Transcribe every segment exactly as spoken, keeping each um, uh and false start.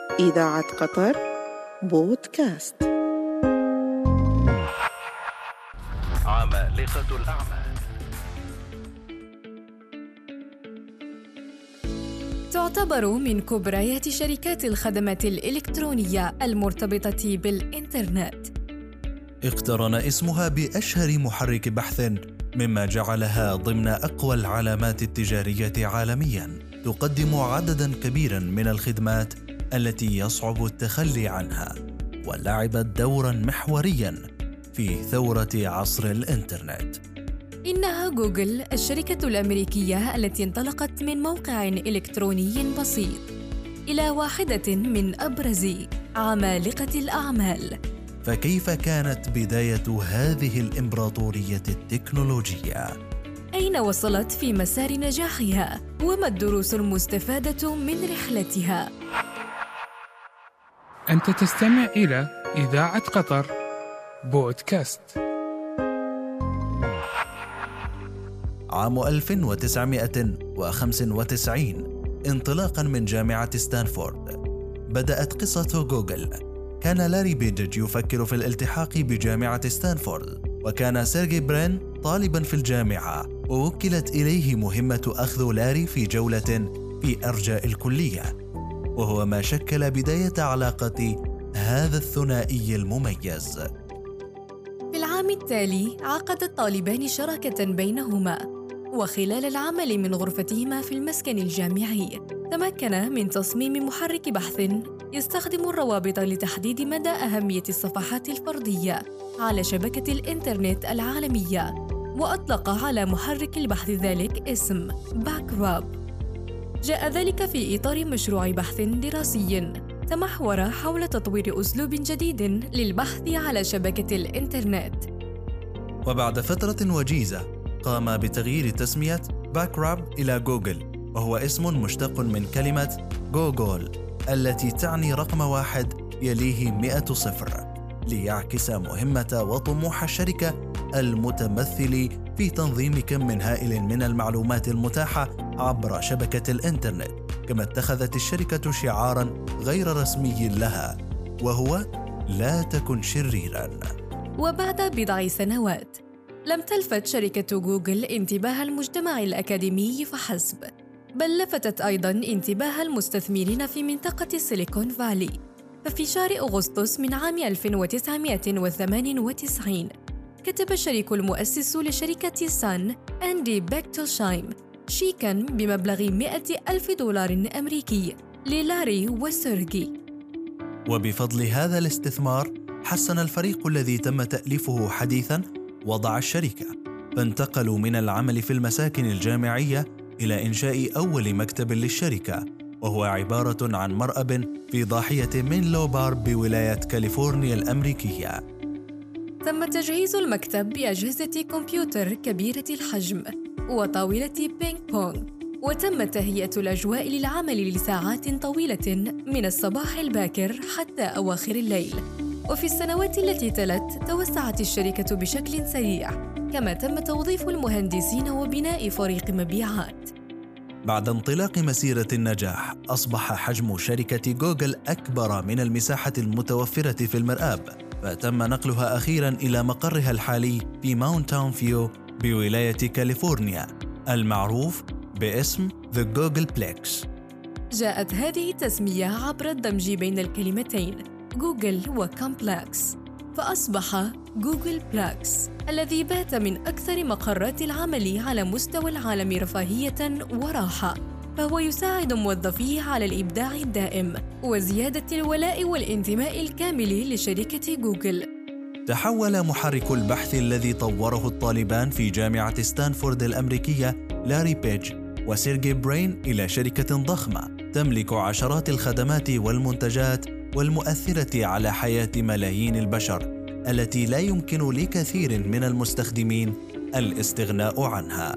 إذاعة قطر بودكاست. عمالقة الأعمال. تعتبر من كبريات شركات الخدمات الإلكترونية المرتبطة بالإنترنت. اقترن اسمها بأشهر محرك بحث، مما جعلها ضمن أقوى العلامات التجارية عالمياً، تقدم عدداً كبيراً من الخدمات التي يصعب التخلي عنها، ولعبت دوراً محورياً في ثورة عصر الإنترنت. إنها جوجل، الشركة الأمريكية التي انطلقت من موقع إلكتروني بسيط إلى واحدة من أبرز عمالقة الأعمال. فكيف كانت بداية هذه الإمبراطورية التكنولوجية؟ أين وصلت في مسار نجاحها؟ وما الدروس المستفادة من رحلتها؟ أنت تستمع إلى إذاعة قطر بودكاست. عام ألف وتسعمائة وخمسة وتسعين، انطلاقاً من جامعة ستانفورد، بدأت قصة جوجل. كان لاري بيج يفكر في الالتحاق بجامعة ستانفورد، وكان سيرجي برين طالباً في الجامعة، ووكلت إليه مهمة أخذ لاري في جولة في أرجاء الكلية، وهو ما شكل بداية علاقة هذا الثنائي المميز. في العام التالي عقد الطالبان شراكة بينهما، وخلال العمل من غرفتهما في المسكن الجامعي تمكنا من تصميم محرك بحث يستخدم الروابط لتحديد مدى أهمية الصفحات الفردية على شبكة الإنترنت العالمية، وأطلق على محرك البحث ذلك اسم باكراب. جاء ذلك في إطار مشروع بحث دراسي تمحور حول تطوير أسلوب جديد للبحث على شبكة الإنترنت. وبعد فترة وجيزة قام بتغيير تسمية باكراب إلى جوجل، وهو اسم مشتق من كلمة جوجل التي تعني رقم واحد يليه مئة صفر، ليعكس مهمة وطموح الشركة المتمثل في تنظيم كم هائل من المعلومات المتاحة عبر شبكة الإنترنت. كما اتخذت الشركة شعاراً غير رسمي لها، وهو لا تكن شريراً. وبعد بضع سنوات لم تلفت شركة جوجل انتباه المجتمع الأكاديمي فحسب، بل لفتت أيضاً انتباه المستثمرين في منطقة سيليكون فالي. ففي شهر أغسطس من عام ألف وتسعمائة وثمانية وتسعين كتب الشريك المؤسس لشركة سان أندي بيكتلشايم شيكاً بمبلغ مئة ألف دولار أمريكي للاري وسيرجي. وبفضل هذا الاستثمار حسن الفريق الذي تم تأليفه حديثاً وضع الشركة، فانتقلوا من العمل في المساكن الجامعية إلى إنشاء أول مكتب للشركة، وهو عبارة عن مرأب في ضاحية مينلو بار بولاية كاليفورنيا الأمريكية. تم تجهيز المكتب بأجهزة كمبيوتر كبيرة الحجم وطاولة بينج بونغ، وتم تهيئة الأجواء للعمل لساعات طويلة من الصباح الباكر حتى أواخر الليل. وفي السنوات التي تلت توسعت الشركة بشكل سريع، كما تم توظيف المهندسين وبناء فريق مبيعات. بعد انطلاق مسيرة النجاح، أصبح حجم شركة جوجل أكبر من المساحة المتوفرة في المرآب، فتم نقلها أخيراً إلى مقرها الحالي في ماونت تاون فيو بولاية كاليفورنيا، المعروف باسم The Googleplex. جاءت هذه التسمية عبر الدمج بين الكلمتين جوجل وكومبلكس، فأصبح جوجل بلاكس الذي بات من أكثر مقرات العمل على مستوى العالم رفاهية وراحة، فهو يساعد موظفيه على الإبداع الدائم وزيادة الولاء والانتماء الكامل لشركة جوجل. تحول محرك البحث الذي طوره الطالبان في جامعة ستانفورد الأمريكية لاري بيج وسيرجي برين إلى شركة ضخمة تملك عشرات الخدمات والمنتجات والمؤثرة على حياة ملايين البشر، التي لا يمكن لكثير من المستخدمين الاستغناء عنها.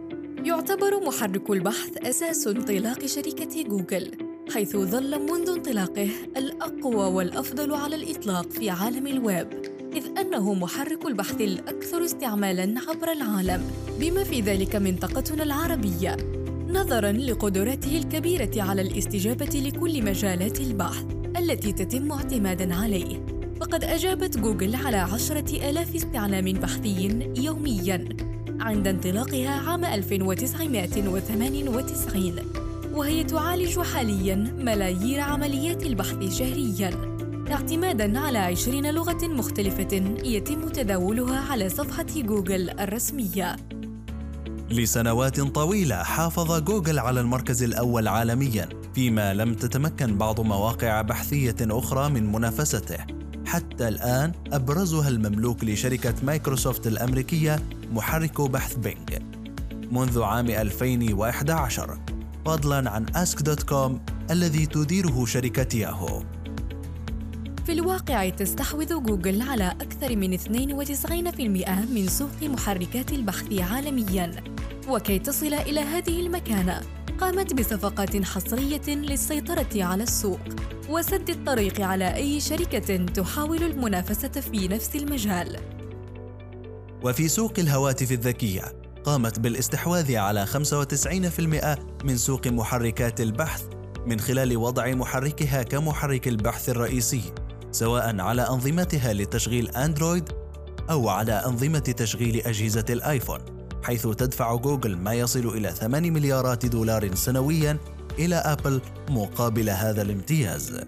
يعتبر محرك البحث أساس انطلاق شركة جوجل، حيث ظل منذ انطلاقه الأقوى والأفضل على الإطلاق في عالم الويب، إذ أنه محرك البحث الأكثر استعمالاً عبر العالم، بما في ذلك منطقتنا العربية، نظراً لقدراته الكبيرة على الاستجابة لكل مجالات البحث. التي تتم اعتماداً عليه. فقد أجابت جوجل على عشرة آلاف استعلام بحثي يومياً عند انطلاقها عام ألف وتسعمائة وثمانية وتسعين، وهي تعالج حالياً ملايير عمليات البحث شهرياً، اعتماداً على عشرين لغة مختلفة يتم تداولها على صفحة جوجل الرسمية. لسنوات طويلة حافظ جوجل على المركز الأول عالمياً، فيما لم تتمكن بعض مواقع بحثية أخرى من منافسته. حتى الآن أبرزها المملوك لشركة مايكروسوفت الأمريكية محرك بحث بينج منذ عام ألفين وإحدى عشر، فضلاً عن آسك دوت كوم الذي تديره شركة ياهو. في الواقع تستحوذ جوجل على أكثر من اثنين وتسعين بالمئة من سوق محركات البحث عالمياً، وكي تصل إلى هذه المكانة قامت بصفقات حصرية للسيطرة على السوق وسد الطريق على أي شركة تحاول المنافسة في نفس المجال. وفي سوق الهواتف الذكية قامت بالاستحواذ على خمسة وتسعين بالمئة من سوق محركات البحث من خلال وضع محركها كمحرك البحث الرئيسي، سواء على أنظمتها لتشغيل أندرويد أو على أنظمة تشغيل أجهزة الآيفون، حيث تدفع جوجل ما يصل إلى ثمانية مليارات دولار سنوياً إلى أبل مقابل هذا الامتياز.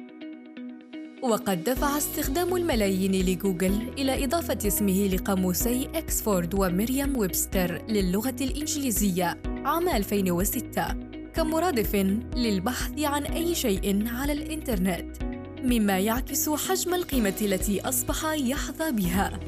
وقد دفع استخدام الملايين لجوجل إلى إضافة اسمه لقاموسي إكسفورد وميريام ويبستر للغة الإنجليزية عام ألفين وستة كمرادف للبحث عن أي شيء على الإنترنت، مما يعكس حجم القيمة التي أصبح يحظى بها.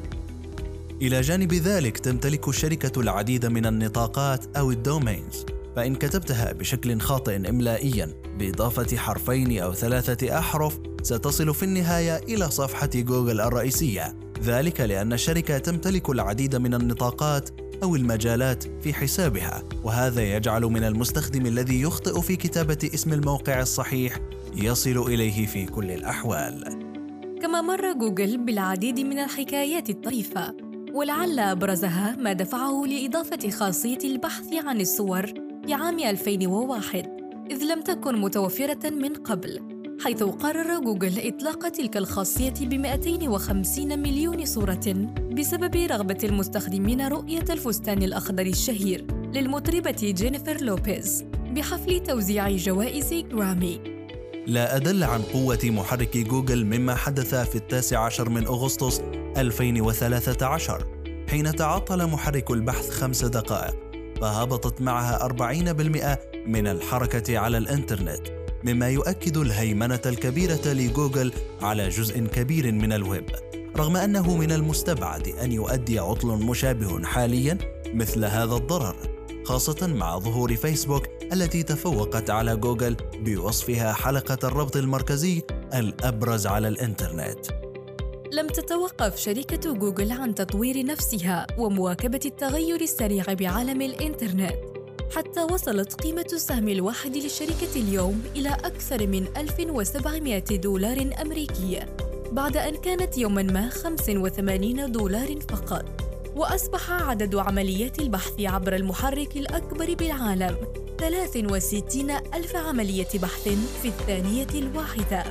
إلى جانب ذلك تمتلك الشركة العديد من النطاقات أو الدومينز، فإن كتبتها بشكل خاطئ إملائياً بإضافة حرفين أو ثلاثة أحرف ستصل في النهاية إلى صفحة جوجل الرئيسية، ذلك لأن الشركة تمتلك العديد من النطاقات أو المجالات في حسابها، وهذا يجعل من المستخدم الذي يخطئ في كتابة اسم الموقع الصحيح يصل إليه في كل الأحوال. كما مر جوجل بالعديد من الحكايات الطريفة، ولعل أبرزها ما دفعه لإضافة خاصية البحث عن الصور في عام ألفين وواحد، إذ لم تكن متوفرة من قبل، حيث قرر جوجل إطلاق تلك الخاصية ب مئتين وخمسين مليون صورة بسبب رغبة المستخدمين رؤية الفستان الأخضر الشهير للمطربة جينيفر لوبيز بحفل توزيع جوائز جرامي. لا أدل عن قوة محرك جوجل مما حدث في التاسع عشر من أغسطس ألفين وثلاثة عشر، حين تعطل محرك البحث خمس دقائق فهبطت معها أربعين بالمئة من الحركة على الإنترنت، مما يؤكد الهيمنة الكبيرة لجوجل على جزء كبير من الويب، رغم أنه من المستبعد أن يؤدي عطل مشابه حالياً مثل هذا الضرر، خاصة مع ظهور فيسبوك التي تفوقت على جوجل بوصفها حلقة الربط المركزي الأبرز على الإنترنت. لم تتوقف شركة جوجل عن تطوير نفسها ومواكبة التغير السريع بعالم الإنترنت، حتى وصلت قيمة السهم الواحد للشركة اليوم إلى أكثر من ألف وسبعمائة دولار أمريكي، بعد أن كانت يوماً ما خمسة وثمانين دولار فقط. وأصبح عدد عمليات البحث عبر المحرك الأكبر بالعالم ثلاثة وستين ألف عملية بحث في الثانية الواحدة.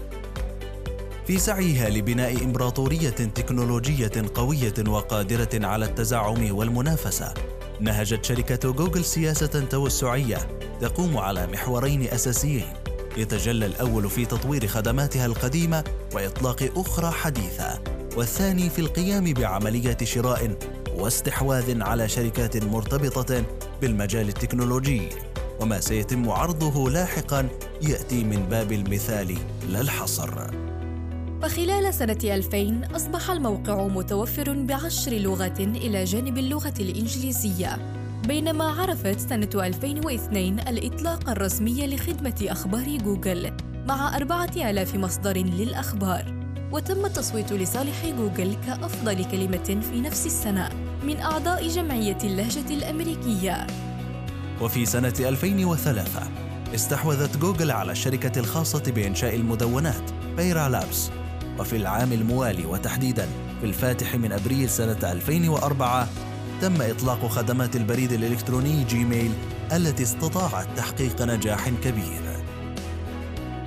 في سعيها لبناء إمبراطورية تكنولوجية قوية وقادرة على التزعم والمنافسة، نهجت شركة جوجل سياسة توسعية تقوم على محورين أساسيين، يتجلى الأول في تطوير خدماتها القديمة وإطلاق أخرى حديثة، والثاني في القيام بعملية شراء واستحواذ على شركات مرتبطة بالمجال التكنولوجي، وما سيتم عرضه لاحقاً يأتي من باب المثال لا الحصر. فخلال سنة ألفين أصبح الموقع متوفر بعشر لغات إلى جانب اللغة الإنجليزية، بينما عرفت سنة ألفين واثنين الإطلاق الرسمي لخدمة أخبار جوجل مع أربعة آلاف مصدر للأخبار، وتم التصويت لصالح جوجل كأفضل كلمة في نفس السنة من أعضاء جمعية اللهجة الأمريكية. وفي سنة ألفين وثلاثة استحوذت جوجل على الشركة الخاصة بإنشاء المدونات بيرا لابس، وفي العام الموالي وتحديداً في الفاتح من أبريل سنة ألفين وأربعة تم إطلاق خدمات البريد الإلكتروني جيميل التي استطاعت تحقيق نجاح كبير.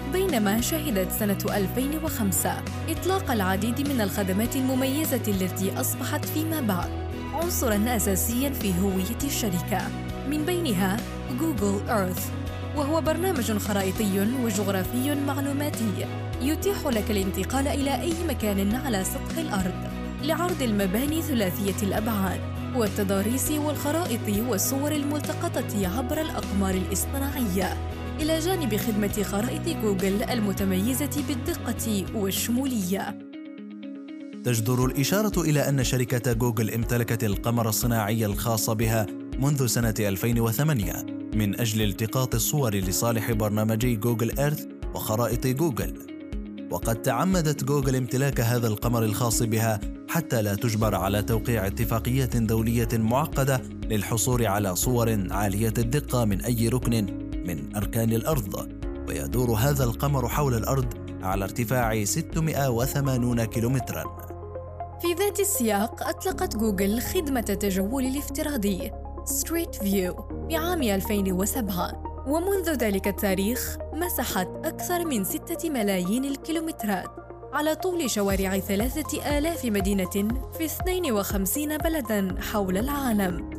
بينما شهدت سنة ألفين وخمسة إطلاق العديد من الخدمات المميزة التي أصبحت فيما بعد عنصراً أساسياً في هوية الشركة، من بينها جوجل إيرث، وهو برنامج خرائطي وجغرافي معلوماتي يتيح لك الانتقال إلى أي مكان على سطح الأرض لعرض المباني ثلاثية الأبعاد والتضاريس والخرائط والصور الملتقطة عبر الأقمار الاصطناعية، إلى جانب خدمة خرائط جوجل المتميزة بالدقة والشمولية. تجدر الإشارة إلى أن شركة جوجل امتلكت القمر الصناعي الخاص بها منذ سنة ألفين وثمانية من أجل التقاط الصور لصالح برنامجي جوجل إيرث وخرائط جوجل، وقد تعمدت جوجل امتلاك هذا القمر الخاص بها حتى لا تجبر على توقيع اتفاقيات دولية معقدة للحصول على صور عالية الدقة من أي ركن من أركان الأرض. ويدور هذا القمر حول الأرض على ارتفاع ستمائة وثمانين كيلومتراً. في ذات السياق أطلقت جوجل خدمة التجول الافتراضي ستريت فيو بعام ألفين وسبعة، ومنذ ذلك التاريخ مسحت أكثر من ستة ملايين الكيلومترات على طول شوارع ثلاثة آلاف مدينة في اثنين وخمسين بلداً حول العالم.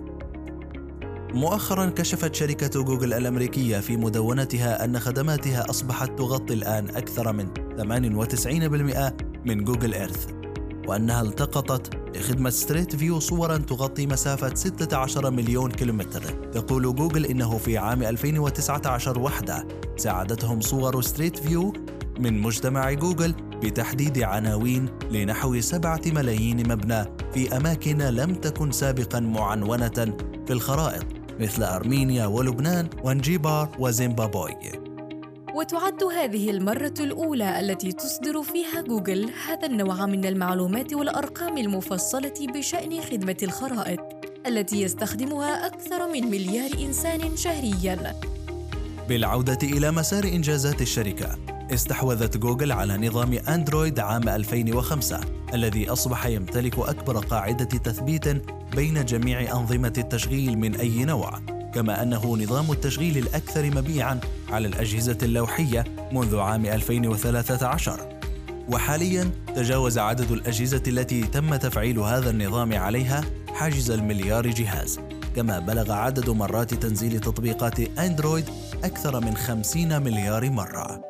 مؤخراً كشفت شركة جوجل الأمريكية في مدونتها أن خدماتها أصبحت تغطي الآن أكثر من ثمانية وتسعين بالمئة من جوجل إيرث، وأنها التقطت لخدمة ستريت فيو صوراً تغطي مسافة ستة عشر مليون كيلومتر. تقول جوجل إنه في عام ألفين وتسعة عشر وحده ساعدتهم صور ستريت فيو من مجتمع جوجل بتحديد عناوين لنحو سبعة ملايين مبنى في أماكن لم تكن سابقاً معنونة في الخرائط، مثل أرمينيا ولبنان وانجيبار وزيمبابوي. وتعد هذه المرة الأولى التي تصدر فيها جوجل هذا النوع من المعلومات والأرقام المفصلة بشأن خدمة الخرائط التي يستخدمها أكثر من مليار إنسان شهرياً. بالعودة إلى مسار إنجازات الشركة، استحوذت جوجل على نظام أندرويد عام ألفين وخمسة الذي أصبح يمتلك أكبر قاعدة تثبيت بين جميع أنظمة التشغيل من أي نوع، كما أنه نظام التشغيل الأكثر مبيعاً على الأجهزة اللوحية منذ عام ألفين وثلاثة عشر. وحالياً تجاوز عدد الأجهزة التي تم تفعيل هذا النظام عليها حاجز المليار جهاز، كما بلغ عدد مرات تنزيل تطبيقات أندرويد أكثر من خمسين مليار مرة.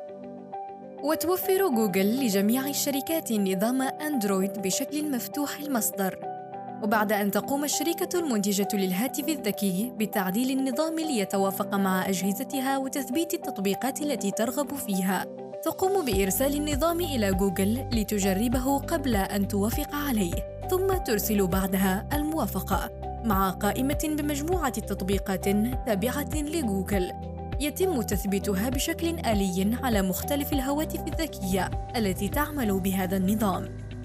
وتوفر جوجل لجميع الشركات نظام أندرويد بشكل مفتوح المصدر، وبعد أن تقوم الشركة المنتجة للهاتف الذكي بتعديل النظام ليتوافق مع أجهزتها وتثبيت التطبيقات التي ترغب فيها، تقوم بإرسال النظام إلى جوجل لتجربه قبل أن توافق عليه، ثم ترسل بعدها الموافقة مع قائمة بمجموعة تطبيقات تابعة لجوجل يتم تثبيتها بشكل آلي على مختلف الهواتف الذكية التي تعمل بهذا النظام.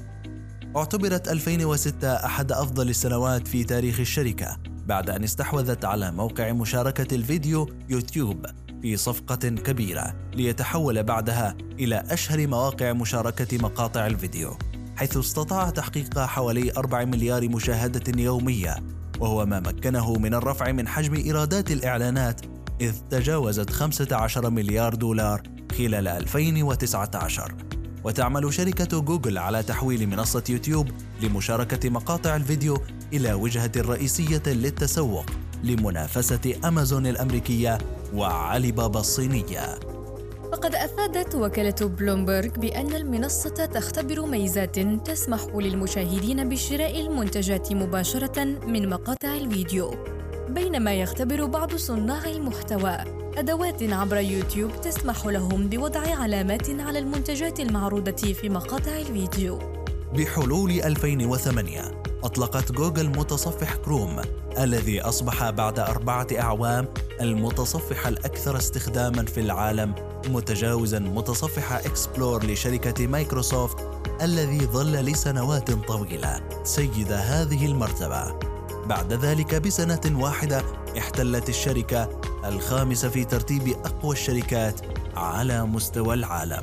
اعتبرت ألفين وستة أحد أفضل السنوات في تاريخ الشركة بعد أن استحوذت على موقع مشاركة الفيديو يوتيوب في صفقة كبيرة، ليتحول بعدها إلى أشهر مواقع مشاركة مقاطع الفيديو، حيث استطاع تحقيق حوالي أربعة مليار مشاهدة يومية، وهو ما مكنه من الرفع من حجم إيرادات الإعلانات إذ تجاوزت خمسة عشر مليار دولار خلال ألفين وتسعة عشر. وتعمل شركة جوجل على تحويل منصة يوتيوب لمشاركة مقاطع الفيديو إلى وجهة رئيسية للتسوق لمنافسة أمازون الأمريكية وعلي بابا الصينية. فقد أفادت وكالة بلومبرغ بأن المنصة تختبر ميزات تسمح للمشاهدين بشراء المنتجات مباشرة من مقاطع الفيديو، بينما يختبر بعض صناع المحتوى أدوات عبر يوتيوب تسمح لهم بوضع علامات على المنتجات المعروضة في مقاطع الفيديو. بحلول ألفين وثمانية أطلقت جوجل متصفح كروم الذي أصبح بعد أربعة أعوام المتصفح الأكثر استخداماً في العالم، متجاوزاً متصفح إكسبلور لشركة مايكروسوفت الذي ظل لسنوات طويلة سيد هذه المرتبة. بعد ذلك بسنة واحدة احتلت الشركة الخامسة في ترتيب أقوى الشركات على مستوى العالم.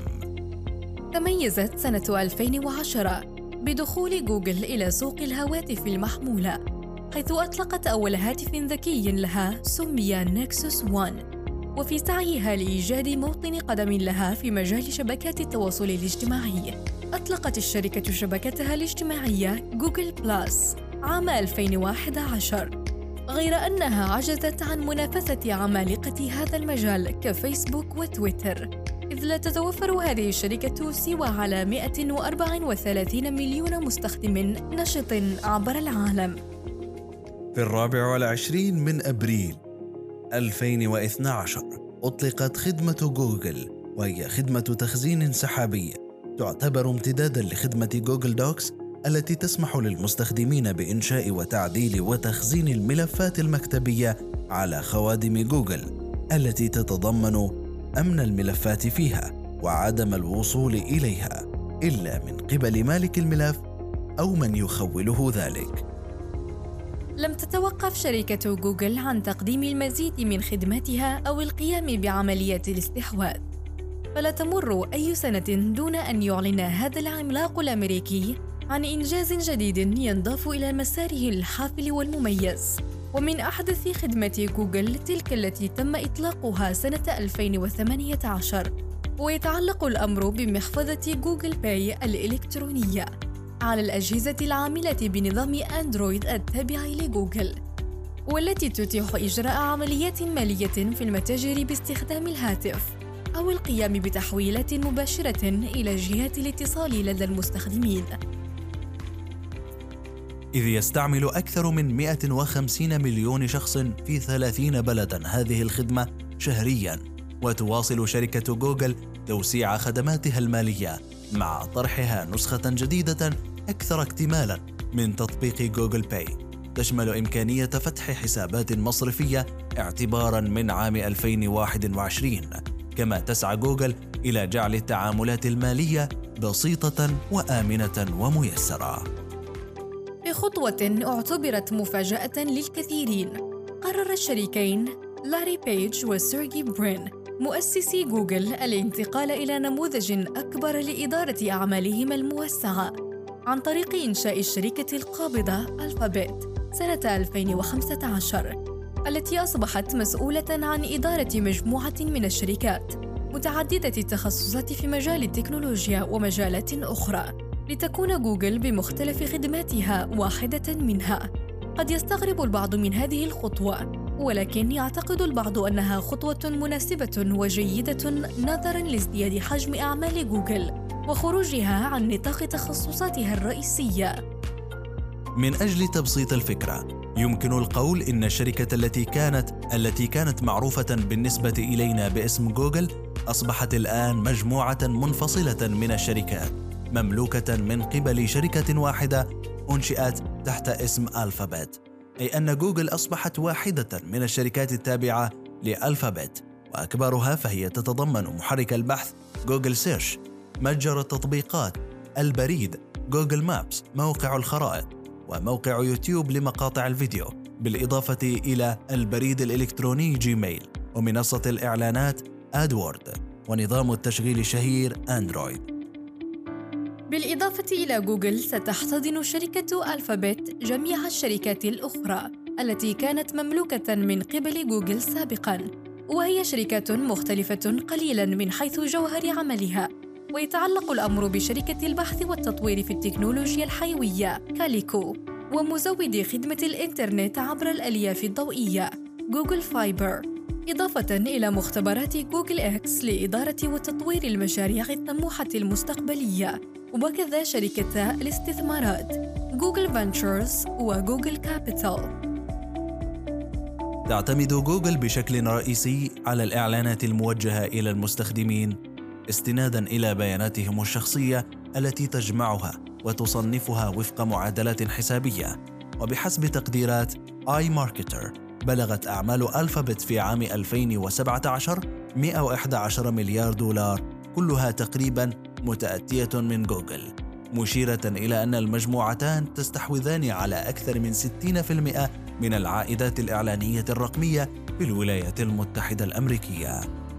تميزت سنة ألفين وعشرة بدخول جوجل إلى سوق الهواتف المحمولة، حيث أطلقت أول هاتف ذكي لها سمي نكسوس واحد، وفي سعيها لإيجاد موطن قدم لها في مجال شبكات التواصل الاجتماعي، أطلقت الشركة شبكتها الاجتماعية جوجل بلاس عام ألفين وواحد عشر، غير أنها عجزت عن منافسة عمالقة هذا المجال كفيسبوك وتويتر، إذ لا تتوفر هذه الشركة سوى على مئة وأربعة وثلاثين مليون مستخدم نشط عبر العالم. في الرابع والعشرين من أبريل ألفين واثني عشر أطلقت خدمة جوجل، وهي خدمة تخزين سحابي تعتبر امتداداً لخدمة جوجل دوكس التي تسمح للمستخدمين بإنشاء وتعديل وتخزين الملفات المكتبية على خوادم جوجل التي تتضمن أمن الملفات فيها وعدم الوصول إليها إلا من قبل مالك الملف أو من يخوله ذلك. لم تتوقف شركة جوجل عن تقديم المزيد من خدماتها أو القيام بعملية الاستحواذ، فلا تمر أي سنة دون أن يعلن هذا العملاق الأمريكي عن إنجاز جديد ينضاف إلى مساره الحافل والمميز. ومن أحدث خدمة جوجل تلك التي تم إطلاقها سنة ألفين وثمانية عشر، ويتعلق الأمر بمحفظة جوجل باي الإلكترونية على الأجهزة العاملة بنظام أندرويد التابع لجوجل، والتي تتيح إجراء عمليات مالية في المتاجر باستخدام الهاتف أو القيام بتحويلات مباشرة إلى جهات الاتصال لدى المستخدمين. إذ يستعمل أكثر من مئة وخمسين مليون شخص في ثلاثين بلداً هذه الخدمة شهرياً، وتواصل شركة جوجل توسيع خدماتها المالية مع طرحها نسخة جديدة أكثر اكتمالاً من تطبيق جوجل باي، تشمل إمكانية فتح حسابات مصرفية اعتباراً من عام ألفين وواحد وعشرين، كما تسعى جوجل إلى جعل التعاملات المالية بسيطة وآمنة وميسرة. في خطوة اعتبرت مفاجأة للكثيرين، قرر الشريكين لاري بيج وسيرجي برين مؤسسي جوجل الانتقال إلى نموذج أكبر لإدارة أعمالهم الموسعة عن طريق إنشاء الشركة القابضة ألفابت سنة ألفين وخمسة عشر، التي أصبحت مسؤولة عن إدارة مجموعة من الشركات متعددة التخصصات في مجال التكنولوجيا ومجالات أخرى، لتكون جوجل بمختلف خدماتها واحدة منها. قد يستغرب البعض من هذه الخطوة، ولكن يعتقد البعض أنها خطوة مناسبة وجيدة نظراً لازدياد حجم أعمال جوجل وخروجها عن نطاق تخصصاتها الرئيسية. من أجل تبسيط الفكرة، يمكن القول إن الشركة التي كانت التي كانت معروفة بالنسبة إلينا باسم جوجل أصبحت الآن مجموعة منفصلة من الشركات مملوكة من قبل شركة واحدة أنشئت تحت اسم ألفابت، أي أن جوجل أصبحت واحدة من الشركات التابعة لألفابت، وأكبرها فهي تتضمن محرك البحث جوجل سيرش، متجر التطبيقات، البريد جوجل مابس، موقع الخرائط، وموقع يوتيوب لمقاطع الفيديو، بالإضافة إلى البريد الإلكتروني جيميل، ومنصة الإعلانات آدوورد، ونظام التشغيل الشهير أندرويد. بالإضافة إلى جوجل، ستحتضن شركة ألفابت جميع الشركات الأخرى التي كانت مملوكة من قبل جوجل سابقاً، وهي شركات مختلفة قليلاً من حيث جوهر عملها. ويتعلق الأمر بشركة البحث والتطوير في التكنولوجيا الحيوية كاليكو، ومزود خدمة الإنترنت عبر الألياف الضوئية جوجل فايبر، إضافة إلى مختبرات جوجل إكس لإدارة وتطوير المشاريع الطموحة المستقبلية، وكذا شركة الاستثمارات جوجل فانتشرز وجوجل كابيتال. تعتمد جوجل بشكل رئيسي على الإعلانات الموجهة إلى المستخدمين استناداً إلى بياناتهم الشخصية التي تجمعها وتصنفها وفق معادلات حسابية. وبحسب تقديرات آي ماركتر، بلغت أعمال ألفابت في عام ألفين وسبعة عشر مئة وإحدى عشر مليار دولار، كلها تقريباً متأتية من جوجل، مشيرة إلى أن المجموعتان تستحوذان على أكثر من ستين بالمئة من العائدات الإعلانية الرقمية في الولايات المتحدة الأمريكية.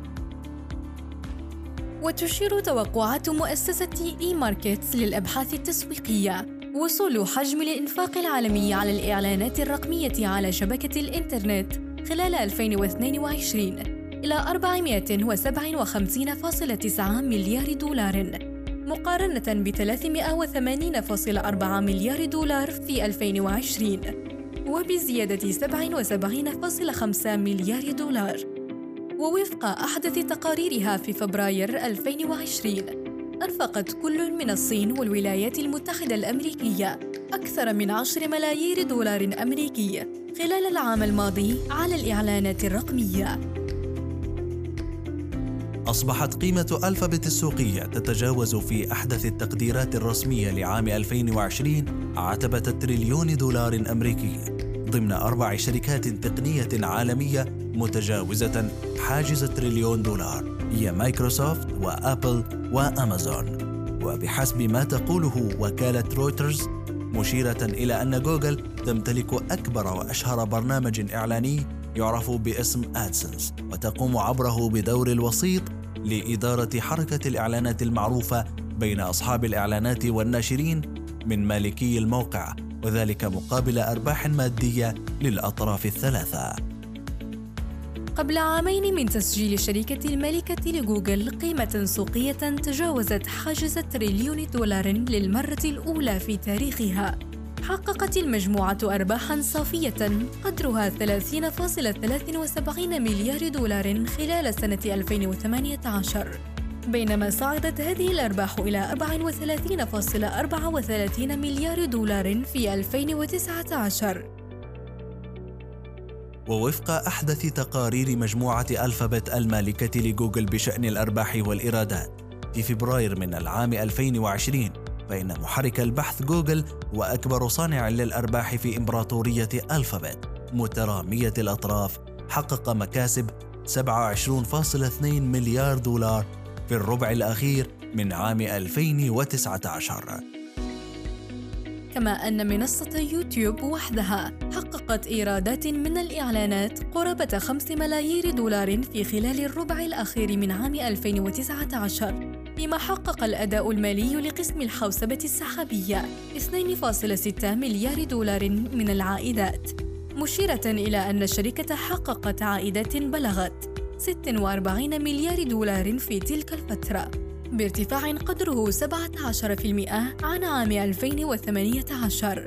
وتشير توقعات مؤسسة إي ماركتس للأبحاث التسويقية وصول حجم الإنفاق العالمي على الإعلانات الرقمية على شبكة الإنترنت خلال ألفين واثنين وعشرين إلى أربعمائة وسبعة وخمسين فاصلة تسعة مليار دولار، مقارنة ب ثلاثمائة وثمانين فاصلة أربعة مليار دولار في ألفين وعشرين، وبزيادة سبعة وسبعين فاصلة خمسة مليار دولار. ووفق أحدث تقاريرها في فبراير ألفين وعشرين، أنفقت كل من الصين والولايات المتحدة الأمريكية أكثر من عشرة ملايير دولار أمريكي خلال العام الماضي على الإعلانات الرقمية. أصبحت قيمة ألفابت السوقية تتجاوز في أحدث التقديرات الرسمية لعام ألفين وعشرين عتبة التريليون دولار أمريكي ضمن أربع شركات تقنية عالمية متجاوزة حاجز التريليون دولار، هي مايكروسوفت وآبل وأمازون. وبحسب ما تقوله وكالة رويترز، مشيرة إلى أن جوجل تمتلك أكبر وأشهر برنامج إعلاني يعرف باسم آدسنس، وتقوم عبره بدور الوسيط لإدارة حركة الإعلانات المعروفة بين أصحاب الإعلانات والناشرين من مالكي الموقع، وذلك مقابل أرباح مادية للأطراف الثلاثة. قبل عامين من تسجيل الشركة المالكة لجوجل قيمة سوقية تجاوزت حاجز التريليون دولار للمرة الأولى في تاريخها، حققت المجموعة أرباحاً صافية قدرها ثلاثين فاصلة ثلاثة وسبعين مليار دولار خلال سنة ألفين وثمانية عشر، بينما صعدت هذه الأرباح إلى أربعة وثلاثين فاصلة أربعة وثلاثين مليار دولار في ألفين وتسعة عشر. ووفق أحدث تقارير مجموعة ألفابت المالكة لجوجل بشأن الأرباح والإيرادات في فبراير من العام ألفين وعشرين، فإن محرك البحث جوجل هو أكبر صانع للأرباح في إمبراطورية ألفابت مترامية الأطراف، حقق مكاسب سبعة وعشرين فاصلة اثنين مليار دولار في الربع الأخير من عام ألفين وتسعة عشر. كما أن منصة يوتيوب وحدها حققت إيرادات من الإعلانات قرابة خمسة ملايير دولار في خلال الربع الأخير من عام ألفين وتسعة عشر، فيما حقق الأداء المالي لقسم الحوسبة السحابية اثنين فاصلة ستة مليار دولار من العائدات، مشيرة إلى أن الشركة حققت عائدات بلغت ستة وأربعين مليار دولار في تلك الفترة، بارتفاع قدره سبعة عشر بالمئة عن عام ألفين وثمانية عشر.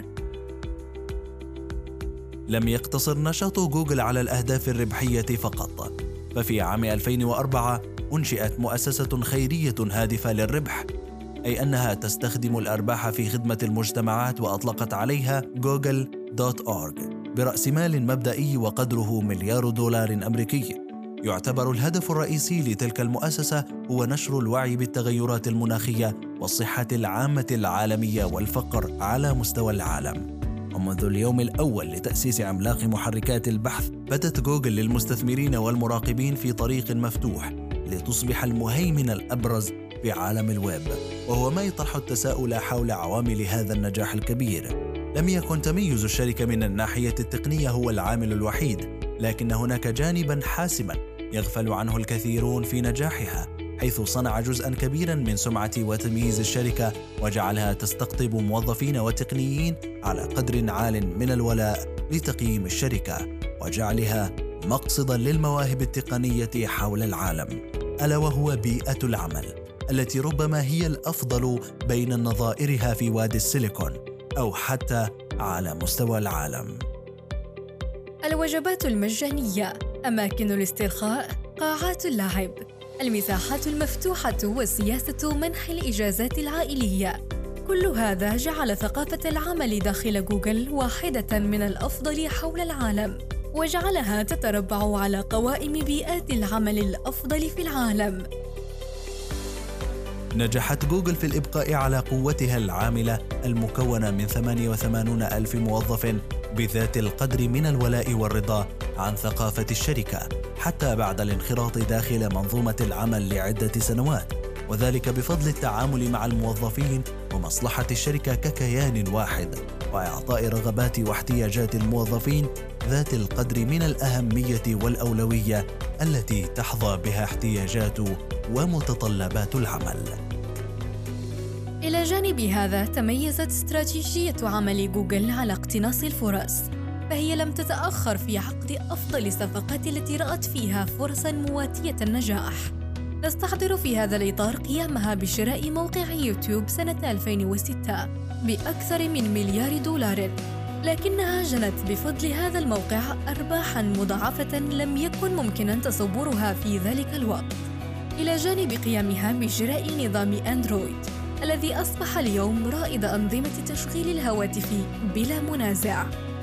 لم يقتصر نشاط جوجل على الأهداف الربحية فقط، ففي عام ألفين وأربعة أنشئت مؤسسة خيرية هادفة للربح، أي أنها تستخدم الأرباح في خدمة المجتمعات، وأطلقت عليها جوجل دوت أورغ برأس مال مبدئي وقدره مليار دولار أمريكي. يعتبر الهدف الرئيسي لتلك المؤسسة هو نشر الوعي بالتغيرات المناخية والصحة العامة العالمية والفقر على مستوى العالم. ومنذ اليوم الأول لتأسيس عملاق محركات البحث، بدت جوجل للمستثمرين والمراقبين في طريق مفتوح لتصبح المهيمن الأبرز في عالم الويب، وهو ما يطرح التساؤل حول عوامل هذا النجاح الكبير. لم يكن تميز الشركة من الناحية التقنية هو العامل الوحيد، لكن هناك جانباً حاسماً يغفل عنه الكثيرون في نجاحها، حيث صنع جزءاً كبيراً من سمعة وتمييز الشركة، وجعلها تستقطب موظفين وتقنيين على قدر عال من الولاء لتقييم الشركة، وجعلها مقصداً للمواهب التقنية حول العالم، ألا وهو بيئة العمل التي ربما هي الأفضل بين نظائرها في وادي السيليكون أو حتى على مستوى العالم. الوجبات المجانية، أماكن الاسترخاء، قاعات اللعب، المساحات المفتوحة، وسياسة منح الإجازات العائلية، كل هذا جعل ثقافة العمل داخل جوجل واحدة من الأفضل حول العالم، وجعلها تتربع على قوائم بيئات العمل الأفضل في العالم. نجحت جوجل في الإبقاء على قوتها العاملة المكونة من ثمانية وثمانين ألف موظف بذات القدر من الولاء والرضا عن ثقافة الشركة، حتى بعد الانخراط داخل منظومة العمل لعدة سنوات، وذلك بفضل التعامل مع الموظفين ومصلحة الشركة ككيان واحد، وإعطاء رغبات واحتياجات الموظفين ذات القدر من الأهمية والأولوية التي تحظى بها احتياجات ومتطلبات العمل. إلى جانب هذا، تميزت استراتيجية عمل جوجل على اقتناص الفرص، فهي لم تتأخر في عقد أفضل الصفقات التي رأت فيها فرصاً مواتية النجاح. نستحضر في هذا الإطار قيامها بشراء موقع يوتيوب سنة ألفين وستة بأكثر من مليار دولار، لكنها جنت بفضل هذا الموقع أرباحاً مضاعفة لم يكن ممكناً تصورها في ذلك الوقت، إلى جانب قيامها بشراء نظام أندرويد الذي أصبح اليوم رائد أنظمة تشغيل الهواتف بلا منازع.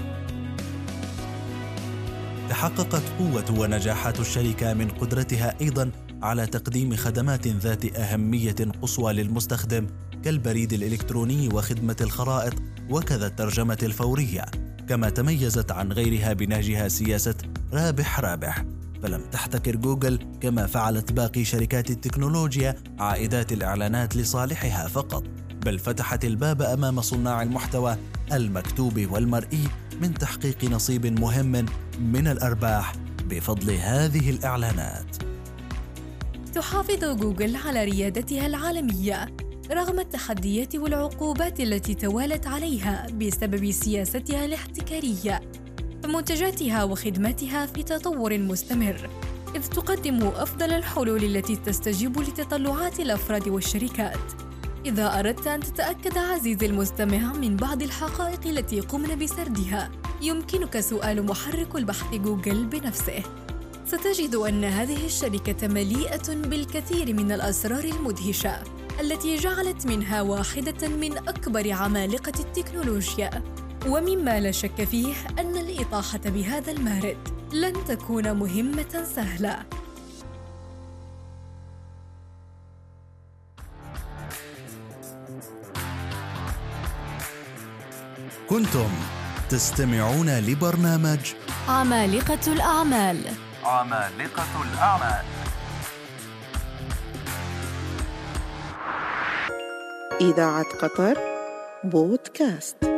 تحققت قوة ونجاحات الشركة من قدرتها أيضاً على تقديم خدمات ذات أهمية قصوى للمستخدم كالبريد الإلكتروني وخدمة الخرائط وكذا الترجمة الفورية، كما تميزت عن غيرها بنهجها سياسة رابح رابح، فلم تحتكر جوجل كما فعلت باقي شركات التكنولوجيا عائدات الإعلانات لصالحها فقط، بل فتحت الباب أمام صناع المحتوى المكتوب والمرئي من تحقيق نصيب مهم من الأرباح بفضل هذه الإعلانات. تحافظ جوجل على ريادتها العالمية رغم التحديات والعقوبات التي توالت عليها بسبب سياستها الاحتكارية، فمنتجاتها وخدماتها في تطور مستمر، إذ تقدم أفضل الحلول التي تستجيب لتطلعات الأفراد والشركات. إذا أردت أن تتأكد عزيزي المستمع من بعض الحقائق التي قمنا بسردها، يمكنك سؤال محرك البحث جوجل بنفسه. ستجد أن هذه الشركة مليئة بالكثير من الأسرار المدهشة التي جعلت منها واحدة من أكبر عمالقة التكنولوجيا، ومما لا شك فيه أن الإطاحة بهذا المارد لن تكون مهمة سهلة. كنتم تستمعون لبرنامج عمالقة الأعمال. عمالقة الأعمال. إذاعة قطر بودكاست.